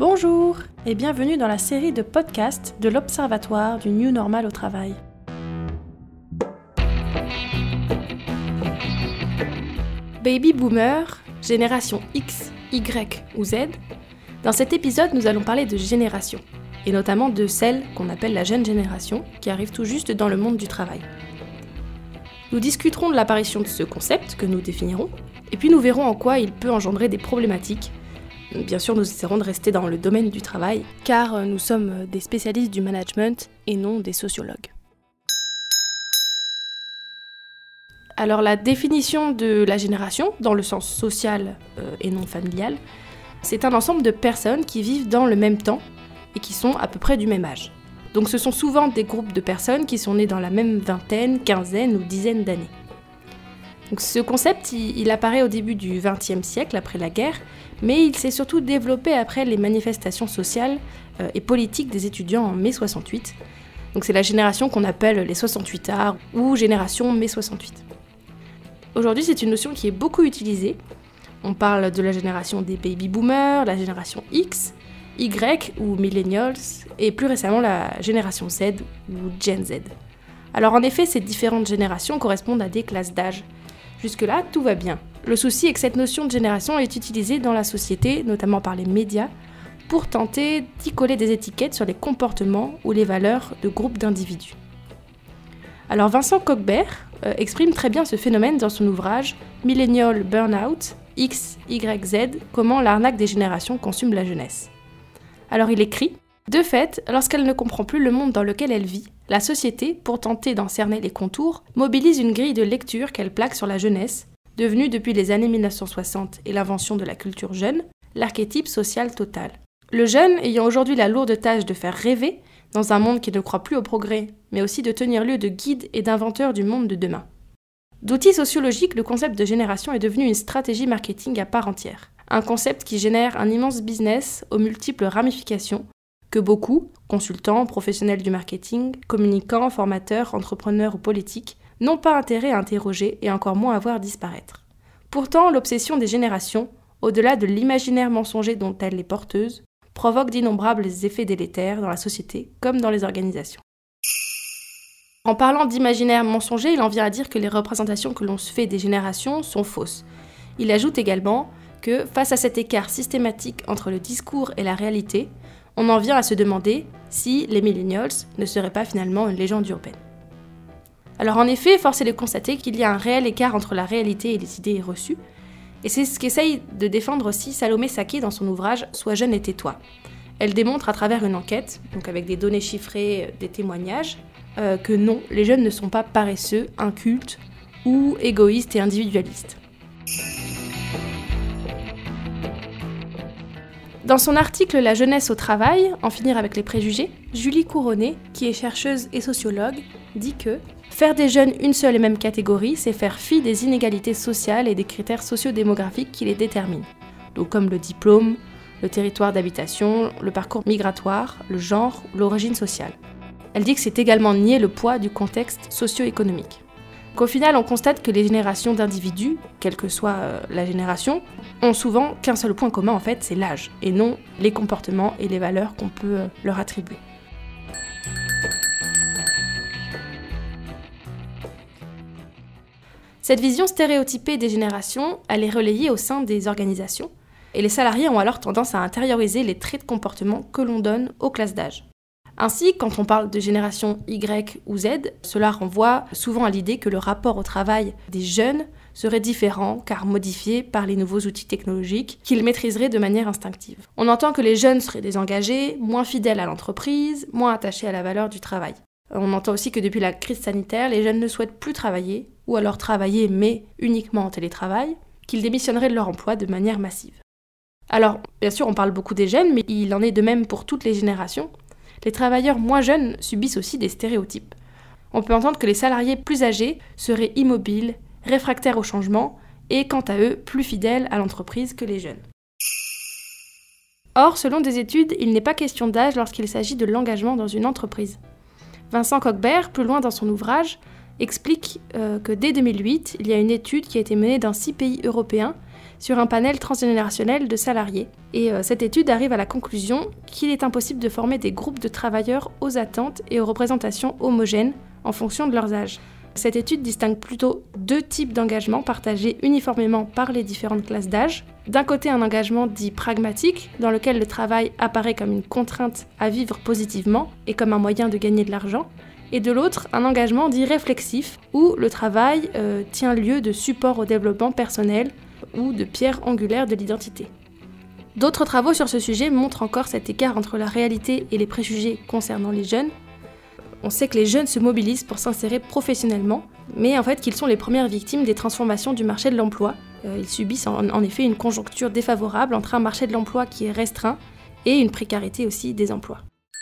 Bonjour et bienvenue dans la série de podcasts de l'Observatoire du New Normal au travail. Baby Boomer, génération X, Y ou Z. Dans cet épisode, nous allons parler de génération, et notamment de celle qu'on appelle la jeune génération, qui arrive tout juste dans le monde du travail. Nous discuterons de l'apparition de ce concept que nous définirons, et puis nous verrons en quoi il peut engendrer des problématiques. Bien sûr, nous essaierons de rester dans le domaine du travail, car nous sommes des spécialistes du management et non des sociologues. Alors la définition de la génération, dans le sens social et non familial, c'est un ensemble de personnes qui vivent dans le même temps et qui sont à peu près du même âge. Donc ce sont souvent des groupes de personnes qui sont nées dans la même vingtaine, quinzaine ou dizaine d'années. Donc ce concept, il apparaît au début du XXe siècle, après la guerre, mais il s'est surtout développé après les manifestations sociales et politiques des étudiants en mai 68. Donc c'est la génération qu'on appelle les 68ards ou génération mai 68. Aujourd'hui, c'est une notion qui est beaucoup utilisée. On parle de la génération des baby boomers, la génération X, Y ou millennials, et plus récemment la génération Z ou Gen Z. Alors en effet, ces différentes générations correspondent à des classes d'âge. Jusque-là, tout va bien. Le souci est que cette notion de génération est utilisée dans la société, notamment par les médias, pour tenter d'y coller des étiquettes sur les comportements ou les valeurs de groupes d'individus. Alors Vincent Cockbert exprime très bien ce phénomène dans son ouvrage « Millennial Burnout, X, Y, Z, comment l'arnaque des générations consume la jeunesse ». Alors il écrit « De fait, lorsqu'elle ne comprend plus le monde dans lequel elle vit, la société, pour tenter d'en cerner les contours, mobilise une grille de lecture qu'elle plaque sur la jeunesse, devenue depuis les années 1960 et l'invention de la culture jeune, l'archétype social total. Le jeune ayant aujourd'hui la lourde tâche de faire rêver, dans un monde qui ne croit plus au progrès, mais aussi de tenir lieu de guide et d'inventeur du monde de demain. D'outil sociologique, le concept de génération est devenu une stratégie marketing à part entière. Un concept qui génère un immense business aux multiples ramifications, que beaucoup, consultants, professionnels du marketing, communicants, formateurs, entrepreneurs ou politiques, n'ont pas intérêt à interroger et encore moins à voir disparaître. Pourtant, l'obsession des générations, au-delà de l'imaginaire mensonger dont elle est porteuse, provoque d'innombrables effets délétères dans la société comme dans les organisations. En parlant d'imaginaire mensonger, il en vient à dire que les représentations que l'on se fait des générations sont fausses. Il ajoute également que, face à cet écart systématique entre le discours et la réalité, on en vient à se demander si les millennials ne seraient pas finalement une légende urbaine. Alors en effet, force est de constater qu'il y a un réel écart entre la réalité et les idées reçues, et c'est ce qu'essaye de défendre aussi Salomé Saké dans son ouvrage « Sois jeune et tais-toi ». Elle démontre à travers une enquête, donc avec des données chiffrées, des témoignages, que non, les jeunes ne sont pas paresseux, incultes ou égoïstes et individualistes. Dans son article « La jeunesse au travail, en finir avec les préjugés », Julie Couronné, qui est chercheuse et sociologue, dit que « faire des jeunes une seule et même catégorie, c'est faire fi des inégalités sociales et des critères socio-démographiques qui les déterminent, donc comme le diplôme, le territoire d'habitation, le parcours migratoire, le genre ou l'origine sociale. » Elle dit que c'est également nier le poids du contexte socio-économique. Qu'au final, on constate que les générations d'individus, quelle que soit la génération, ont souvent qu'un seul point commun en fait, c'est l'âge, et non les comportements et les valeurs qu'on peut leur attribuer. Cette vision stéréotypée des générations, elle est relayée au sein des organisations, et les salariés ont alors tendance à intérioriser les traits de comportement que l'on donne aux classes d'âge. Ainsi, quand on parle de génération Y ou Z, cela renvoie souvent à l'idée que le rapport au travail des jeunes serait différent car modifié par les nouveaux outils technologiques qu'ils maîtriseraient de manière instinctive. On entend que les jeunes seraient désengagés, moins fidèles à l'entreprise, moins attachés à la valeur du travail. On entend aussi que depuis la crise sanitaire, les jeunes ne souhaitent plus travailler, ou alors travailler mais uniquement en télétravail, qu'ils démissionneraient de leur emploi de manière massive. Alors, bien sûr, on parle beaucoup des jeunes, mais il en est de même pour toutes les générations. Les travailleurs moins jeunes subissent aussi des stéréotypes. On peut entendre que les salariés plus âgés seraient immobiles, réfractaires au changement et, quant à eux, plus fidèles à l'entreprise que les jeunes. Or, selon des études, il n'est pas question d'âge lorsqu'il s'agit de l'engagement dans une entreprise. Vincent Cockbert, plus loin dans son ouvrage, explique que dès 2008, il y a une étude qui a été menée dans 6 pays européens sur un panel transgénérationnel de salariés. Et cette étude arrive à la conclusion qu'il est impossible de former des groupes de travailleurs aux attentes et aux représentations homogènes en fonction de leurs âges. Cette étude distingue plutôt deux types d'engagements partagés uniformément par les différentes classes d'âge. D'un côté, un engagement dit pragmatique, dans lequel le travail apparaît comme une contrainte à vivre positivement et comme un moyen de gagner de l'argent. Et de l'autre, un engagement dit réflexif, où le travail tient lieu de support au développement personnel ou de pierre angulaire de l'identité. D'autres travaux sur ce sujet montrent encore cet écart entre la réalité et les préjugés concernant les jeunes. On sait que les jeunes se mobilisent pour s'insérer professionnellement, mais en fait qu'ils sont les premières victimes des transformations du marché de l'emploi. Ils subissent en effet une conjoncture défavorable entre un marché de l'emploi qui est restreint et une précarité aussi des emplois.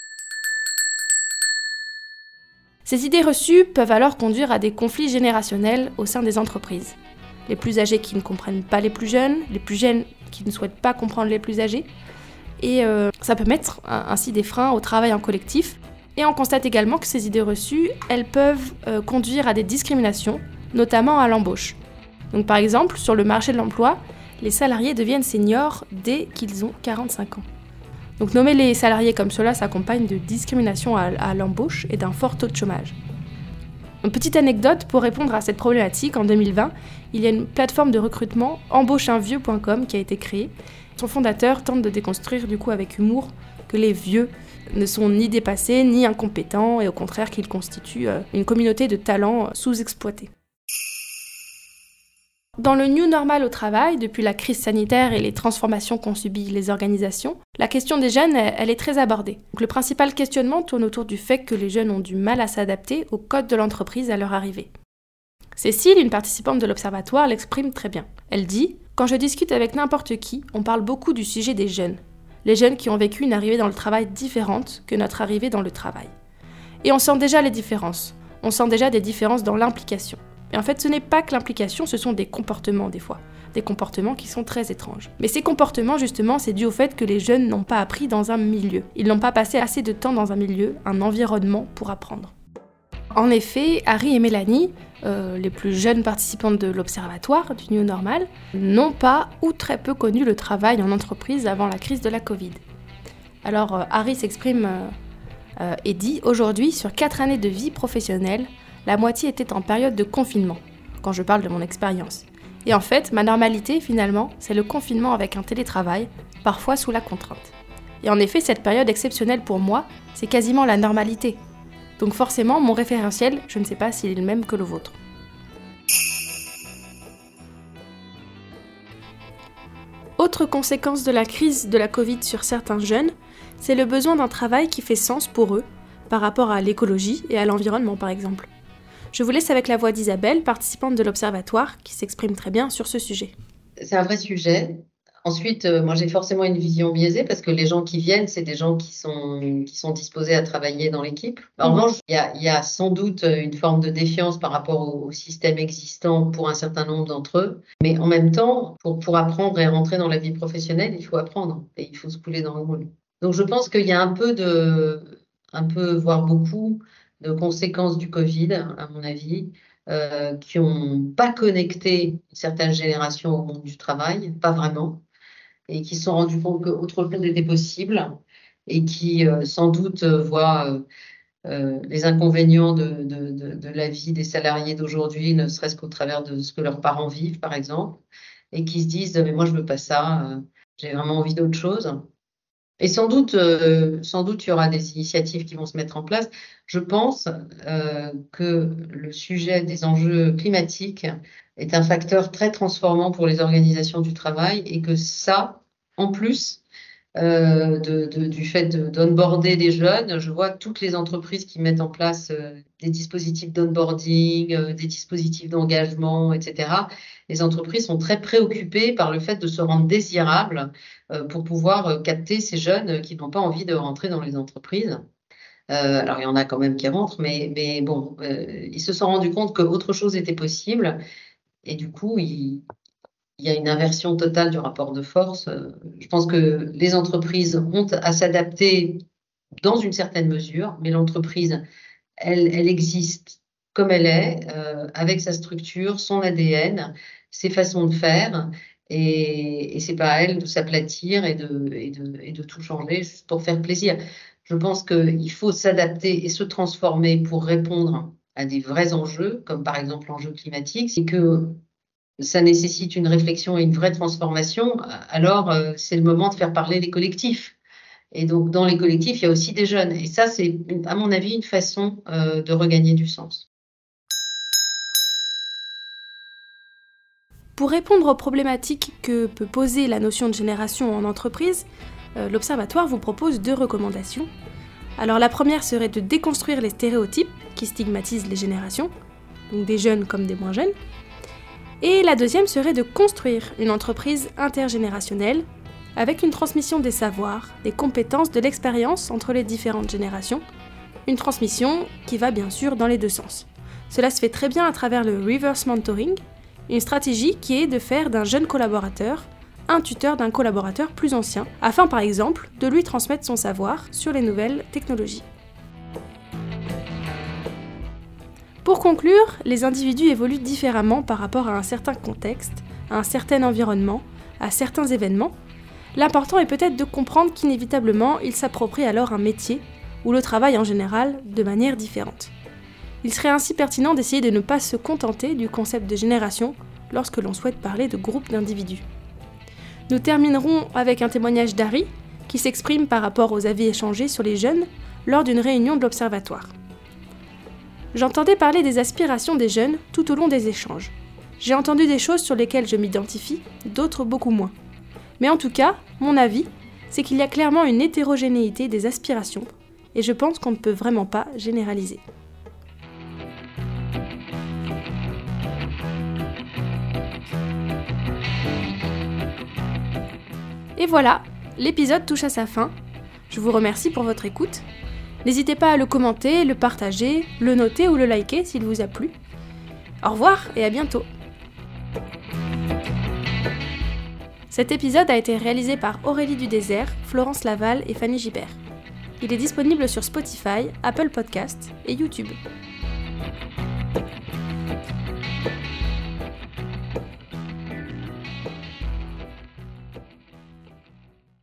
Ces idées reçues peuvent alors conduire à des conflits générationnels au sein des entreprises. Les plus âgés qui ne comprennent pas les plus jeunes qui ne souhaitent pas comprendre les plus âgés, et ça peut mettre ainsi des freins au travail en collectif. Et on constate également que ces idées reçues, elles peuvent conduire à des discriminations, notamment à l'embauche. Donc par exemple, sur le marché de l'emploi, les salariés deviennent seniors dès qu'ils ont 45 ans. Donc nommer les salariés comme cela s'accompagne de discrimination à l'embauche et d'un fort taux de chômage. Une petite anecdote pour répondre à cette problématique, en 2020, il y a une plateforme de recrutement embaucheunvieux.com qui a été créée. Son fondateur tente de déconstruire du coup avec humour que les vieux ne sont ni dépassés ni incompétents et au contraire qu'ils constituent une communauté de talents sous-exploités. Dans le new normal au travail, depuis la crise sanitaire et les transformations qu'ont subies les organisations, la question des jeunes, elle est très abordée. Donc, le principal questionnement tourne autour du fait que les jeunes ont du mal à s'adapter au code de l'entreprise à leur arrivée. Cécile, une participante de l'Observatoire, l'exprime très bien. Elle dit « Quand je discute avec n'importe qui, on parle beaucoup du sujet des jeunes. Les jeunes qui ont vécu une arrivée dans le travail différente que notre arrivée dans le travail. Et on sent déjà les différences. On sent déjà des différences dans l'implication. Et en fait, ce n'est pas que l'implication, ce sont des comportements des fois. Des comportements qui sont très étranges. Mais ces comportements, justement, c'est dû au fait que les jeunes n'ont pas appris dans un milieu. Ils n'ont pas passé assez de temps dans un milieu, un environnement pour apprendre. En effet, Harry et Mélanie, les plus jeunes participantes de l'Observatoire du New Normal, n'ont pas ou très peu connu le travail en entreprise avant la crise de la Covid. Alors, Harry s'exprime et dit « Aujourd'hui, sur 4 années de vie professionnelle, la moitié était en période de confinement, quand je parle de mon expérience. Et en fait, ma normalité, finalement, c'est le confinement avec un télétravail, parfois sous la contrainte. Et en effet, cette période exceptionnelle pour moi, c'est quasiment la normalité. Donc forcément, mon référentiel, je ne sais pas s'il est le même que le vôtre. » Autre conséquence de la crise de la Covid sur certains jeunes, c'est le besoin d'un travail qui fait sens pour eux, par rapport à l'écologie et à l'environnement par exemple. Je vous laisse avec la voix d'Isabelle, participante de l'Observatoire, qui s'exprime très bien sur ce sujet. C'est un vrai sujet. Ensuite, moi j'ai forcément une vision biaisée parce que les gens qui viennent, c'est des gens qui sont disposés à travailler dans l'équipe. En revanche, il y a sans doute une forme de défiance par rapport au système existant pour un certain nombre d'entre eux. Mais en même temps, pour apprendre et rentrer dans la vie professionnelle, il faut apprendre et il faut se couler dans le moule. Donc je pense qu'il y a un peu, voire beaucoup, de conséquences du Covid, à mon avis, qui n'ont pas connecté certaines générations au monde du travail, pas vraiment, et qui se sont rendus compte qu'autre chose était possible, et qui sans doute voient les inconvénients de la vie des salariés d'aujourd'hui, ne serait-ce qu'au travers de ce que leurs parents vivent, par exemple, et qui se disent « mais moi je veux pas ça, j'ai vraiment envie d'autre chose ». Et sans doute, il y aura des initiatives qui vont se mettre en place. Je pense que le sujet des enjeux climatiques est un facteur très transformant pour les organisations du travail et que ça, en plus du fait d'onboarder des jeunes, je vois toutes les entreprises qui mettent en place des dispositifs d'onboarding, des dispositifs d'engagement, etc. Les entreprises sont très préoccupées par le fait de se rendre désirables pour pouvoir capter ces jeunes qui n'ont pas envie de rentrer dans les entreprises. Alors, il y en a quand même qui rentrent, mais bon, ils se sont rendus compte qu'autre chose était possible et du coup, il y a une inversion totale du rapport de force. Je pense que les entreprises ont à s'adapter dans une certaine mesure, mais l'entreprise, elle existe comme elle est, avec sa structure, son ADN, ses façons de faire. Et c'est pas à elle de s'aplatir et de tout changer juste pour faire plaisir. Je pense qu'il faut s'adapter et se transformer pour répondre à des vrais enjeux, comme par exemple l'enjeu climatique, c'est que ça nécessite une réflexion et une vraie transformation. Alors, c'est le moment de faire parler les collectifs. Et donc, dans les collectifs, il y a aussi des jeunes. Et ça, c'est, à mon avis, une façon de regagner du sens. Pour répondre aux problématiques que peut poser la notion de génération en entreprise, l'Observatoire vous propose 2 recommandations. Alors la première serait de déconstruire les stéréotypes qui stigmatisent les générations, donc des jeunes comme des moins jeunes. Et la deuxième serait de construire une entreprise intergénérationnelle avec une transmission des savoirs, des compétences, de l'expérience entre les différentes générations. Une transmission qui va bien sûr dans les 2 sens. Cela se fait très bien à travers le reverse mentoring, une stratégie qui est de faire d'un jeune collaborateur un tuteur d'un collaborateur plus ancien, afin par exemple de lui transmettre son savoir sur les nouvelles technologies. Pour conclure, les individus évoluent différemment par rapport à un certain contexte, à un certain environnement, à certains événements. L'important est peut-être de comprendre qu'inévitablement, ils s'approprient alors un métier, ou le travail en général, de manière différente. Il serait ainsi pertinent d'essayer de ne pas se contenter du concept de génération lorsque l'on souhaite parler de groupe d'individus. Nous terminerons avec un témoignage d'Harry, qui s'exprime par rapport aux avis échangés sur les jeunes lors d'une réunion de l'Observatoire. J'entendais parler des aspirations des jeunes tout au long des échanges. J'ai entendu des choses sur lesquelles je m'identifie, d'autres beaucoup moins. Mais en tout cas, mon avis, c'est qu'il y a clairement une hétérogénéité des aspirations, et je pense qu'on ne peut vraiment pas généraliser. Et voilà, l'épisode touche à sa fin. Je vous remercie pour votre écoute. N'hésitez pas à le commenter, le partager, le noter ou le liker s'il vous a plu. Au revoir et à bientôt. Cet épisode a été réalisé par Aurélie Dudésert, Florence Laval et Fanny Gibert. Il est disponible sur Spotify, Apple Podcasts et YouTube.